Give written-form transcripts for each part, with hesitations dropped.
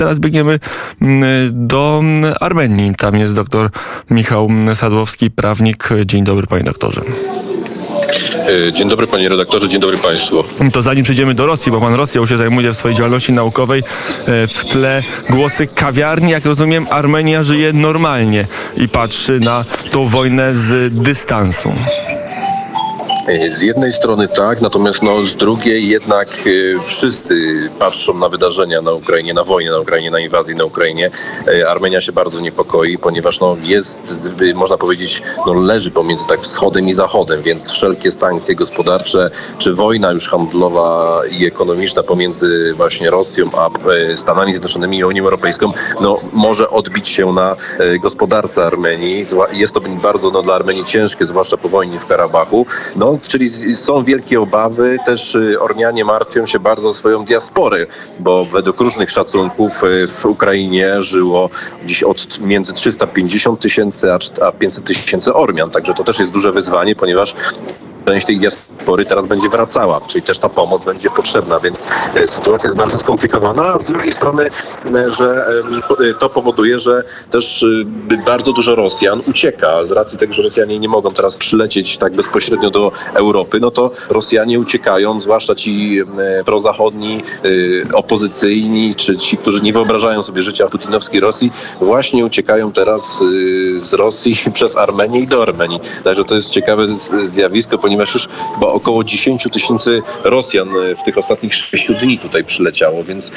Teraz biegniemy do Armenii. Tam jest dr Michał Sadłowski, prawnik. Dzień dobry, panie doktorze. Dzień dobry, panie redaktorze, dzień dobry państwu. To zanim przejdziemy do Rosji, bo pan Rosją się zajmuje w swojej działalności naukowej, w tle głosy kawiarni, jak rozumiem, Armenia żyje normalnie i patrzy na tą wojnę z dystansu. Z jednej strony tak, natomiast z drugiej jednak wszyscy patrzą na wydarzenia na Ukrainie, na wojnę na Ukrainie, na inwazję na Ukrainie. Armenia się bardzo niepokoi, ponieważ jest, można powiedzieć, leży pomiędzy tak wschodem i zachodem, więc wszelkie sankcje gospodarcze, czy wojna już handlowa i ekonomiczna pomiędzy właśnie Rosją a Stanami Zjednoczonymi i Unią Europejską, może odbić się na gospodarce Armenii. Jest to bardzo dla Armenii ciężkie, zwłaszcza po wojnie w Karabachu. Czyli są wielkie obawy, też Ormianie martwią się bardzo o swoją diasporę, bo według różnych szacunków w Ukrainie żyło dziś między 350 tysięcy a 500 tysięcy Ormian, także to też jest duże wyzwanie, ponieważ część tej diaspory teraz będzie wracała, czyli też ta pomoc będzie potrzebna, więc sytuacja jest bardzo skomplikowana, a z drugiej strony, że to powoduje, że też bardzo dużo Rosjan ucieka. Z racji tego, że Rosjanie nie mogą teraz przylecieć tak bezpośrednio do Europy, to Rosjanie uciekają, zwłaszcza ci prozachodni, opozycyjni, czy ci, którzy nie wyobrażają sobie życia w putinowskiej Rosji, właśnie uciekają teraz z Rosji przez Armenię i do Armenii. Także to jest ciekawe zjawisko, ponieważ już chyba około 10 tysięcy Rosjan w tych ostatnich 6 dni tutaj przyleciało, więc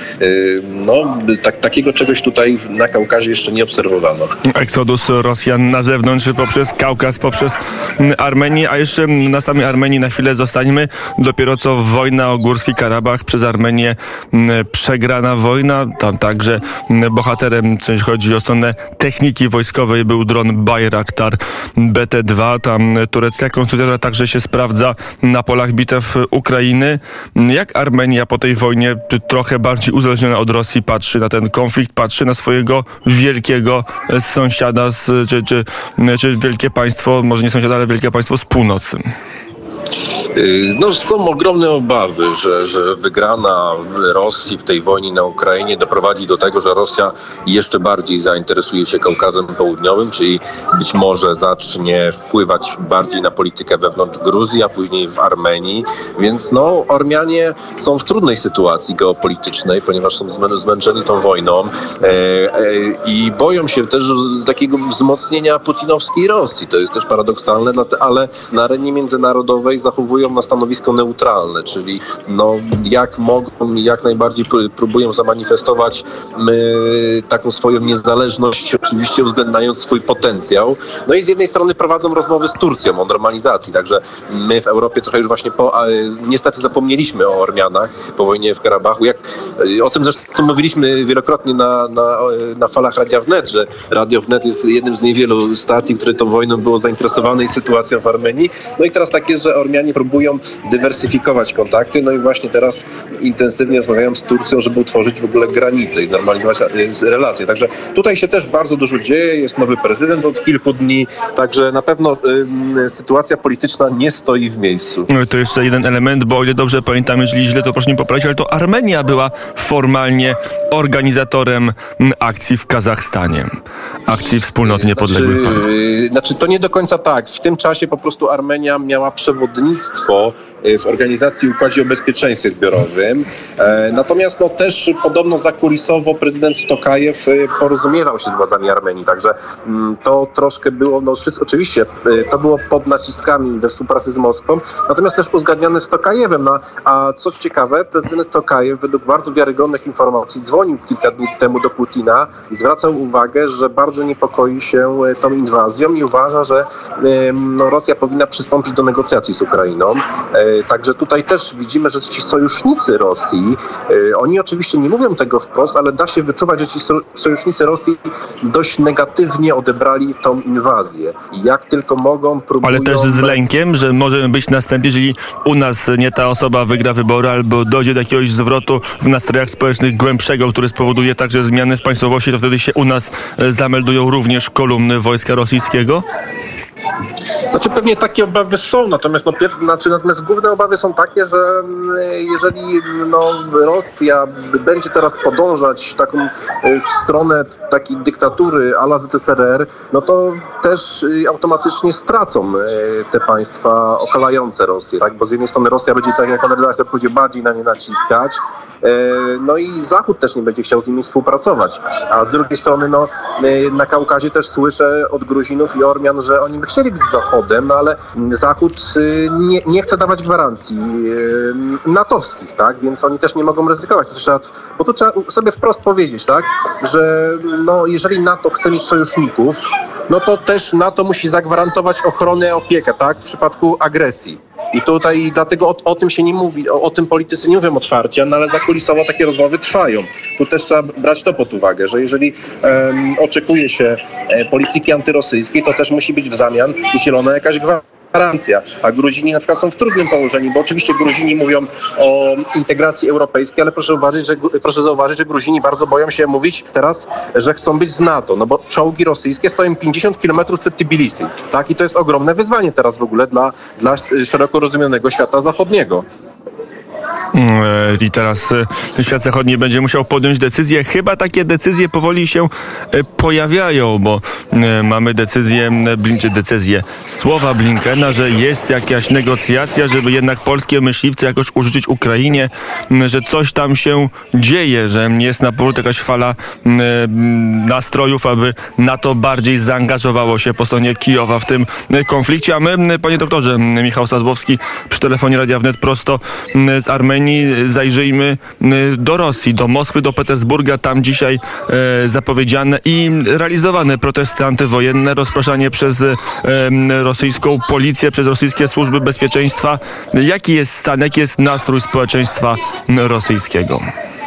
takiego czegoś tutaj na Kaukazie jeszcze nie obserwowano. Eksodus Rosjan na zewnątrz poprzez Kaukaz, poprzez Armenię, a jeszcze na samej Armenii na chwilę zostańmy. Dopiero co wojna o Górski Karabach przez Armenię przegrana wojna. Tam także bohaterem, jeśli chodzi o stronę techniki wojskowej, był dron Bayraktar BT-2. Tam turecka konstytucja także się sprawdza na polach bitew Ukrainy. Jak Armenia po tej wojnie trochę bardziej uzależniona od Rosji patrzy na ten konflikt, patrzy na swojego wielkiego sąsiada, czy wielkie państwo, może nie sąsiada, ale wielkie państwo z północy? Są ogromne obawy, że wygrana Rosji w tej wojnie na Ukrainie doprowadzi do tego, że Rosja jeszcze bardziej zainteresuje się Kaukazem Południowym, czyli być może zacznie wpływać bardziej na politykę wewnątrz Gruzji, a później w Armenii. Więc Ormianie są w trudnej sytuacji geopolitycznej, ponieważ są zmęczeni tą wojną i boją się też z takiego wzmocnienia putinowskiej Rosji. To jest też paradoksalne, ale na arenie międzynarodowej zachowują na stanowisko neutralne, czyli jak mogą, jak najbardziej próbują zamanifestować taką swoją niezależność, oczywiście uwzględniając swój potencjał. I z jednej strony prowadzą rozmowy z Turcją o normalizacji, także my w Europie trochę już właśnie niestety zapomnieliśmy o Ormianach po wojnie w Karabachu. O tym zresztą mówiliśmy wielokrotnie na falach Radia Wnet, że Radio Wnet jest jednym z niewielu stacji, które tą wojną było zainteresowane i sytuacją w Armenii. I teraz tak jest, że Ormianie próbują dywersyfikować kontakty, i właśnie teraz intensywnie rozmawiają z Turcją, żeby utworzyć w ogóle granice i znormalizować relacje. Także tutaj się też bardzo dużo dzieje, jest nowy prezydent od kilku dni, także na pewno sytuacja polityczna nie stoi w miejscu. To jeszcze jeden element, bo o ile dobrze pamiętam, jeżeli źle, to proszę mnie poprawić, ale to Armenia była formalnie organizatorem akcji w Kazachstanie, akcji Wspólnoty Niepodległych Państw. To nie do końca tak. W tym czasie po prostu Armenia miała przewodnictwo w organizacji Układzie o Bezpieczeństwie Zbiorowym. Natomiast też podobno zakulisowo prezydent Tokajew porozumiewał się z władzami Armenii, także to troszkę było, oczywiście to było pod naciskami we współpracy z Moskwą, natomiast też uzgadniane z Tokajewem. A co ciekawe, prezydent Tokajew według bardzo wiarygodnych informacji dzwonił kilka dni temu do Putina i zwracał uwagę, że bardzo niepokoi się tą inwazją i uważa, że Rosja powinna przystąpić do negocjacji z Ukrainą. Także tutaj też widzimy, że ci sojusznicy Rosji, oni oczywiście nie mówią tego wprost, ale da się wyczuwać, że ci sojusznicy Rosji dość negatywnie odebrali tą inwazję. I jak tylko mogą, próbują... Ale też z lękiem, że może być następnie, jeżeli u nas nie ta osoba wygra wybory albo dojdzie do jakiegoś zwrotu w nastrojach społecznych głębszego, który spowoduje także zmiany w państwowości, to wtedy się u nas zameldują również kolumny wojska rosyjskiego? Znaczy pewnie takie obawy są, natomiast natomiast główne obawy są takie, że jeżeli Rosja będzie teraz podążać taką w stronę takiej dyktatury a la ZSRR, no to też automatycznie stracą te państwa okalające Rosję, tak? Bo z jednej strony Rosja będzie, tak jak pan redaktor powiedział, bardziej na nie naciskać, no i Zachód też nie będzie chciał z nimi współpracować. A z drugiej strony na Kaukazie też słyszę od Gruzinów i Ormian, że oni by chcieli być Zachodem, no ale Zachód nie chce dawać gwarancji natowskich, tak? Więc oni też nie mogą ryzykować. Bo tu trzeba sobie wprost powiedzieć, tak? Że jeżeli NATO chce mieć sojuszników, no to też NATO musi zagwarantować ochronę i opiekę, tak? W przypadku agresji. I tutaj dlatego o tym się nie mówi, o tym politycy nie mówią otwarcie, no ale zakulisowo takie rozmowy trwają. Tu też trzeba brać to pod uwagę, że jeżeli oczekuje się polityki antyrosyjskiej, to też musi być w zamian udzielona jakaś gwarancja. A Gruzini na przykład są w trudnym położeniu, bo oczywiście Gruzini mówią o integracji europejskiej, ale proszę zauważyć, że Gruzini bardzo boją się mówić teraz, że chcą być z NATO, no bo czołgi rosyjskie stoją 50 km przed Tbilisi, tak? I to jest ogromne wyzwanie teraz w ogóle dla szeroko rozumianego świata zachodniego. I teraz świat zachodni będzie musiał podjąć decyzję. Chyba takie decyzje powoli się pojawiają, bo mamy słowa Blinkena, że jest jakaś negocjacja, żeby jednak polskie myśliwce jakoś urzucić Ukrainie, że coś tam się dzieje, że jest na powrót jakaś fala nastrojów, aby NATO bardziej zaangażowało się po stronie Kijowa w tym konflikcie. A my, panie doktorze, Michał Sadłowski przy telefonie Radia Wnet prosto z Armenii, zajrzyjmy do Rosji, do Moskwy, do Petersburga. Tam dzisiaj zapowiedziane i realizowane protesty antywojenne, rozpraszanie przez rosyjską policję, przez rosyjskie służby bezpieczeństwa. Jaki jest stan, jaki jest nastrój społeczeństwa rosyjskiego?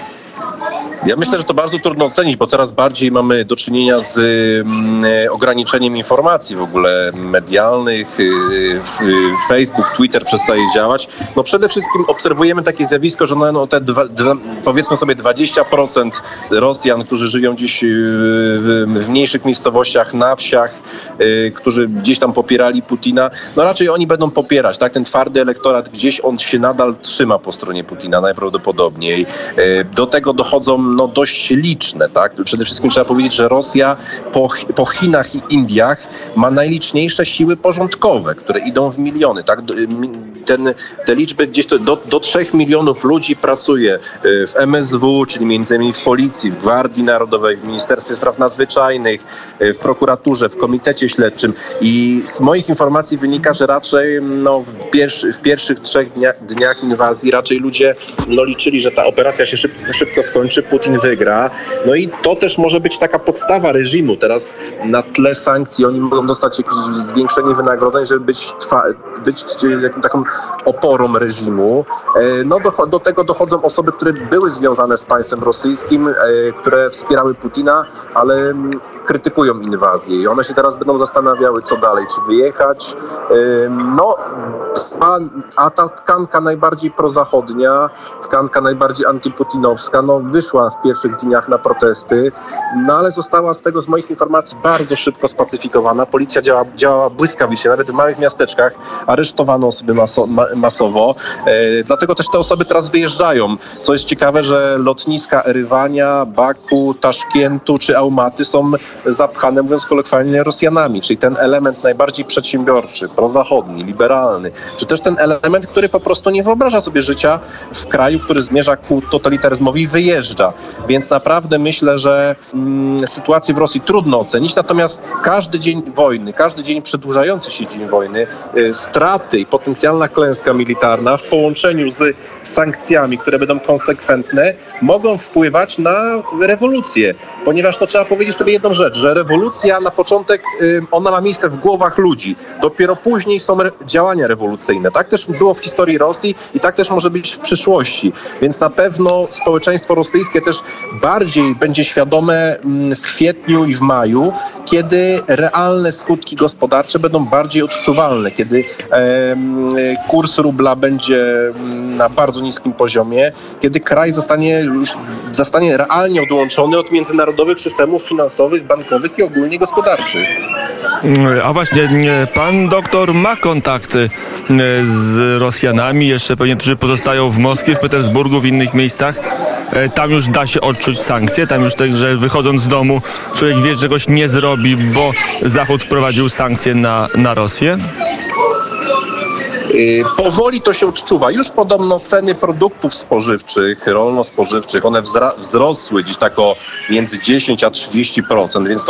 Ja myślę, że to bardzo trudno ocenić, bo coraz bardziej mamy do czynienia z ograniczeniem informacji w ogóle medialnych. Facebook, Twitter przestaje działać. No przede wszystkim obserwujemy takie zjawisko, że powiedzmy sobie 20% Rosjan, którzy żyją dziś w mniejszych miejscowościach, na wsiach, którzy gdzieś tam popierali Putina, no raczej oni będą popierać, tak? Ten twardy elektorat gdzieś on się nadal trzyma po stronie Putina najprawdopodobniej. Do tego dochodzą dość liczne, tak? Przede wszystkim trzeba powiedzieć, że Rosja po Chinach i Indiach ma najliczniejsze siły porządkowe, które idą w miliony, tak? Te liczby gdzieś do 3 milionów ludzi pracuje w MSW, czyli między innymi w Policji, w Gwardii Narodowej, w Ministerstwie Spraw Nadzwyczajnych, w prokuraturze, w Komitecie Śledczym i z moich informacji wynika, że raczej w pierwszych 3 dniach inwazji raczej ludzie liczyli, że ta operacja się szybko skończy, Putin wygra. No i to też może być taka podstawa reżimu. Teraz na tle sankcji oni mogą dostać jakieś zwiększenie wynagrodzeń, żeby być taką oporą reżimu. Do tego dochodzą osoby, które były związane z państwem rosyjskim, które wspierały Putina, ale krytykują inwazję. I one się teraz będą zastanawiały, co dalej, czy wyjechać. A ta tkanka najbardziej prozachodnia, tkanka najbardziej antyputinowska, wyszła w pierwszych dniach na protesty, ale została z moich informacji bardzo szybko spacyfikowana. Policja działała błyskawicznie, nawet w małych miasteczkach aresztowano osoby masowo. Dlatego też te osoby teraz wyjeżdżają. Co jest ciekawe, że lotniska Erywania, Baku, Taszkentu czy Almaty są zapchane, mówiąc kolokwialnie, Rosjanami, czyli ten element najbardziej przedsiębiorczy, prozachodni, liberalny, czy też ten element, który po prostu nie wyobraża sobie życia w kraju, który zmierza ku totalitaryzmowi, wyjeżdża. Więc naprawdę myślę, że sytuację w Rosji trudno ocenić, natomiast każdy dzień wojny, każdy dzień przedłużający się dzień wojny, straty i potencjalna klęska militarna w połączeniu z sankcjami, które będą konsekwentne, mogą wpływać na rewolucję. Ponieważ trzeba powiedzieć sobie jedną rzecz, że rewolucja na początek, ona ma miejsce w głowach ludzi. Dopiero później są działania rewolucyjne. Tak też było w historii Rosji i tak też może być w przyszłości. Więc na pewno społeczeństwo rosyjskie też bardziej będzie świadome w kwietniu i w maju, kiedy realne skutki gospodarcze będą bardziej odczuwalne, kiedy kurs rubla będzie na bardzo niskim poziomie, kiedy kraj zostanie realnie odłączony od międzynarodowych systemów finansowych, bankowych i ogólnie gospodarczych. A właśnie, pan doktor ma kontakty z Rosjanami, jeszcze pewnie, którzy pozostają w Moskwie, w Petersburgu, w innych miejscach. Tam już da się odczuć sankcje, tam już tak, że wychodząc z domu człowiek wie, że czegoś nie zrobi, bo Zachód wprowadził sankcje na Rosję? Powoli to się odczuwa. Już podobno ceny produktów spożywczych, rolno-spożywczych, one wzrosły gdzieś tak o między 10 a 30%, więc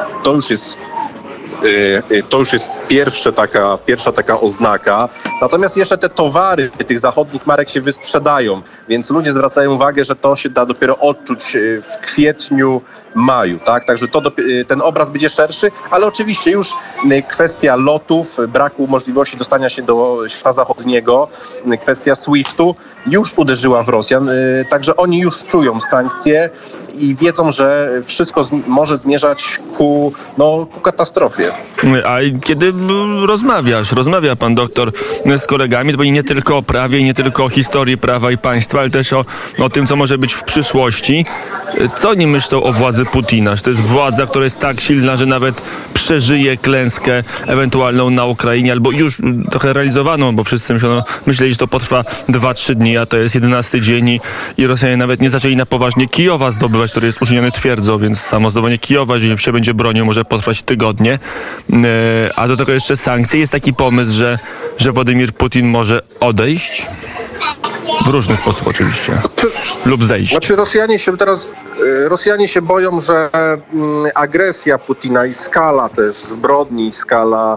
to już jest pierwsza taka oznaka. Natomiast jeszcze te towary tych zachodnich marek się wysprzedają, więc ludzie zwracają uwagę, że to się da dopiero odczuć w kwietniu, maju, tak? Także ten obraz będzie szerszy, ale oczywiście już kwestia lotów, braku możliwości dostania się do świata zachodniego, kwestia SWIFT-u już uderzyła w Rosjan, także oni już czują sankcje i wiedzą, że wszystko może zmierzać ku katastrofie. A kiedy rozmawia pan doktor z kolegami, to będzie nie tylko o prawie, nie tylko o historii prawa i państwa, ale też o tym, co może być w przyszłości. Co oni myślą o władzy Putina? Że to jest władza, która jest tak silna, że nawet przeżyje klęskę ewentualną na Ukrainie, albo już trochę realizowaną, bo wszyscy myśleli, że to potrwa 2-3 dni, a to jest 11 dzień i Rosjanie nawet nie zaczęli na poważnie Kijowa zdobywać, który jest uczyniony twierdzą, więc samo zdobywanie Kijowa, jeżeli się będzie bronią, może potrwać tygodnie. A do tego jeszcze sankcje. Jest taki pomysł, że Władimir Putin może odejść? W różny sposób oczywiście. Lub zejść. Znaczy Rosjanie się boją, że agresja Putina i skala też zbrodni, skala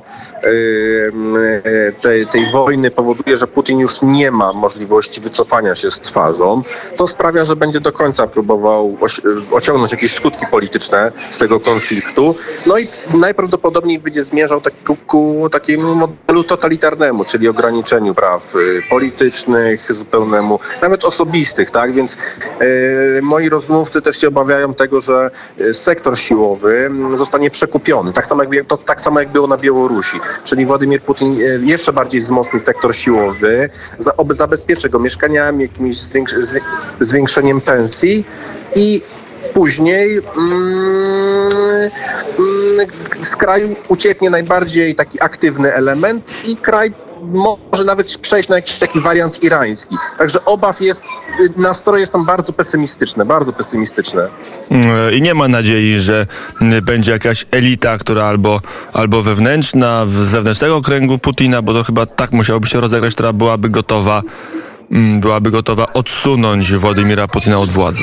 tej wojny powoduje, że Putin już nie ma możliwości wycofania się z twarzą. To sprawia, że będzie do końca próbował osiągnąć jakieś skutki polityczne z tego konfliktu. No i najprawdopodobniej będzie zmierzał ku takiemu modelu totalitarnemu, czyli ograniczeniu praw politycznych, zupełnemu, nawet osobistych, tak? Więc moi rozmówcy też się obawiają tego, że sektor siłowy zostanie przekupiony. Tak samo jak było na Białorusi. Czyli Władimir Putin jeszcze bardziej wzmocni sektor siłowy, zabezpieczy go mieszkaniami, jakimś zwiększeniem pensji i później z kraju ucieknie najbardziej taki aktywny element i kraj może nawet przejść na jakiś taki wariant irański. Także obaw jest, nastroje są bardzo pesymistyczne, bardzo pesymistyczne. I nie ma nadziei, że będzie jakaś elita, która albo wewnętrzna, z wewnętrznego kręgu Putina, bo to chyba tak musiałoby się rozegrać, która byłaby gotowa odsunąć Władimira Putina od władzy.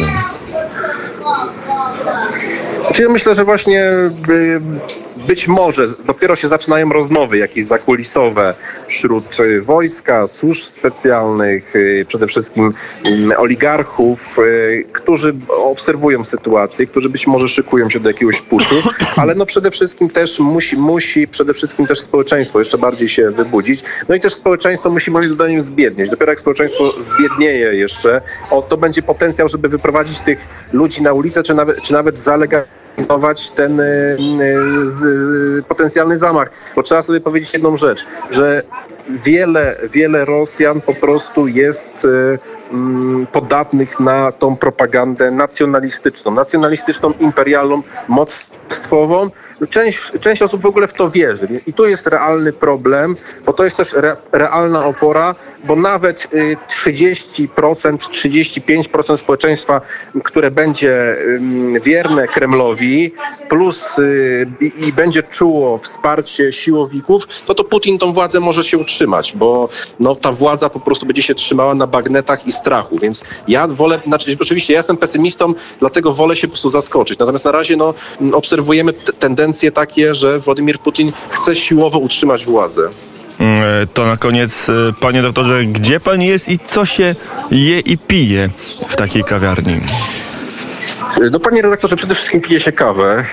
Ja myślę, że właśnie być może dopiero się zaczynają rozmowy jakieś zakulisowe wśród wojska, służb specjalnych, przede wszystkim oligarchów, którzy obserwują sytuację, którzy być może szykują się do jakiegoś puczu, ale przede wszystkim też musi przede wszystkim też społeczeństwo jeszcze bardziej się wybudzić. No i też społeczeństwo musi moim zdaniem zbiednieć. Dopiero jak społeczeństwo zbiednieje jeszcze, to będzie potencjał, żeby wyprowadzić tych ludzi na ulicę, czy nawet zalegalizować ten potencjalny zamach. Bo trzeba sobie powiedzieć jedną rzecz, że wiele Rosjan po prostu jest podatnych na tą propagandę nacjonalistyczną, imperialną, mocarstwową. Część osób w ogóle w to wierzy. I tu jest realny problem, bo to jest też realna opora, bo nawet 30%, 35% społeczeństwa, które będzie wierne Kremlowi, plus i będzie czuło wsparcie siłowików, to Putin tą władzę może się utrzymać, bo ta władza po prostu będzie się trzymała na bagnetach i strachu. Więc ja wolę, oczywiście ja jestem pesymistą, dlatego wolę się po prostu zaskoczyć. Natomiast na razie obserwujemy tendencje takie, że Władimir Putin chce siłowo utrzymać władzę. To na koniec, panie doktorze, gdzie pan jest i co się je i pije w takiej kawiarni? No panie redaktorze, przede wszystkim pije się kawę,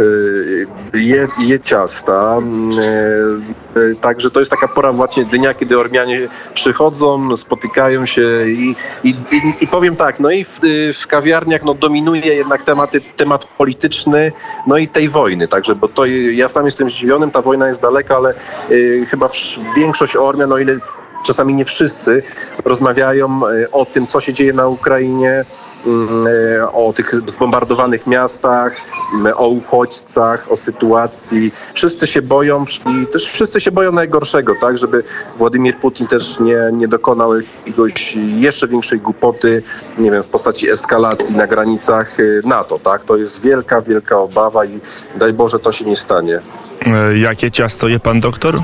je ciasta, także to jest taka pora właśnie dnia, kiedy Ormianie przychodzą, spotykają się i powiem tak, no i w kawiarniach no, dominuje jednak temat polityczny, no i tej wojny, także, bo to ja sam jestem zdziwiony, ta wojna jest daleka, ale chyba większość Ormian, o ile czasami nie wszyscy, rozmawiają o tym, co się dzieje na Ukrainie, o tych zbombardowanych miastach, o uchodźcach, o sytuacji. Wszyscy się boją i też wszyscy się boją najgorszego, tak, żeby Władimir Putin też nie dokonał jakiegoś jeszcze większej głupoty, nie wiem, w postaci eskalacji na granicach NATO, tak. To jest wielka, wielka obawa i daj Boże, to się nie stanie. Jakie ciasto je pan doktor?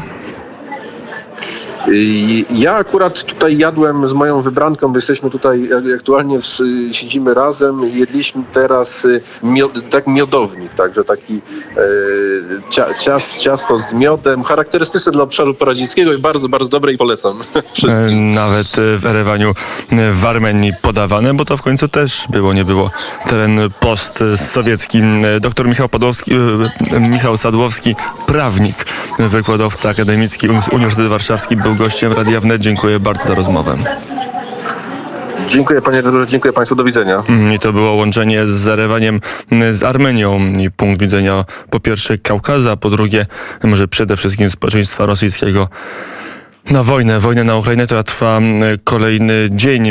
Ja akurat tutaj jadłem z moją wybranką, bo jesteśmy tutaj aktualnie, siedzimy razem, jedliśmy teraz miodownik, także taki ciasto z miodem, charakterystyczne dla obszaru poradzieckiego i bardzo, bardzo dobre i polecam wszystkim. Nawet w Erewaniu, w Armenii podawane, bo to w końcu też nie było teren postsowiecki. Doktor Michał Sadłowski, prawnik, wykładowca akademicki Uniwersytet Warszawski, był gościem Radia Wnet. Dziękuję bardzo za rozmowę. Dziękuję panie redaktorze, dziękuję państwu, do widzenia. I to było łączenie z Erewaniem, z Armenią i punkt widzenia po pierwsze Kaukaza, a po drugie może przede wszystkim społeczeństwa rosyjskiego na wojnę na Ukrainę, która trwa kolejny dzień.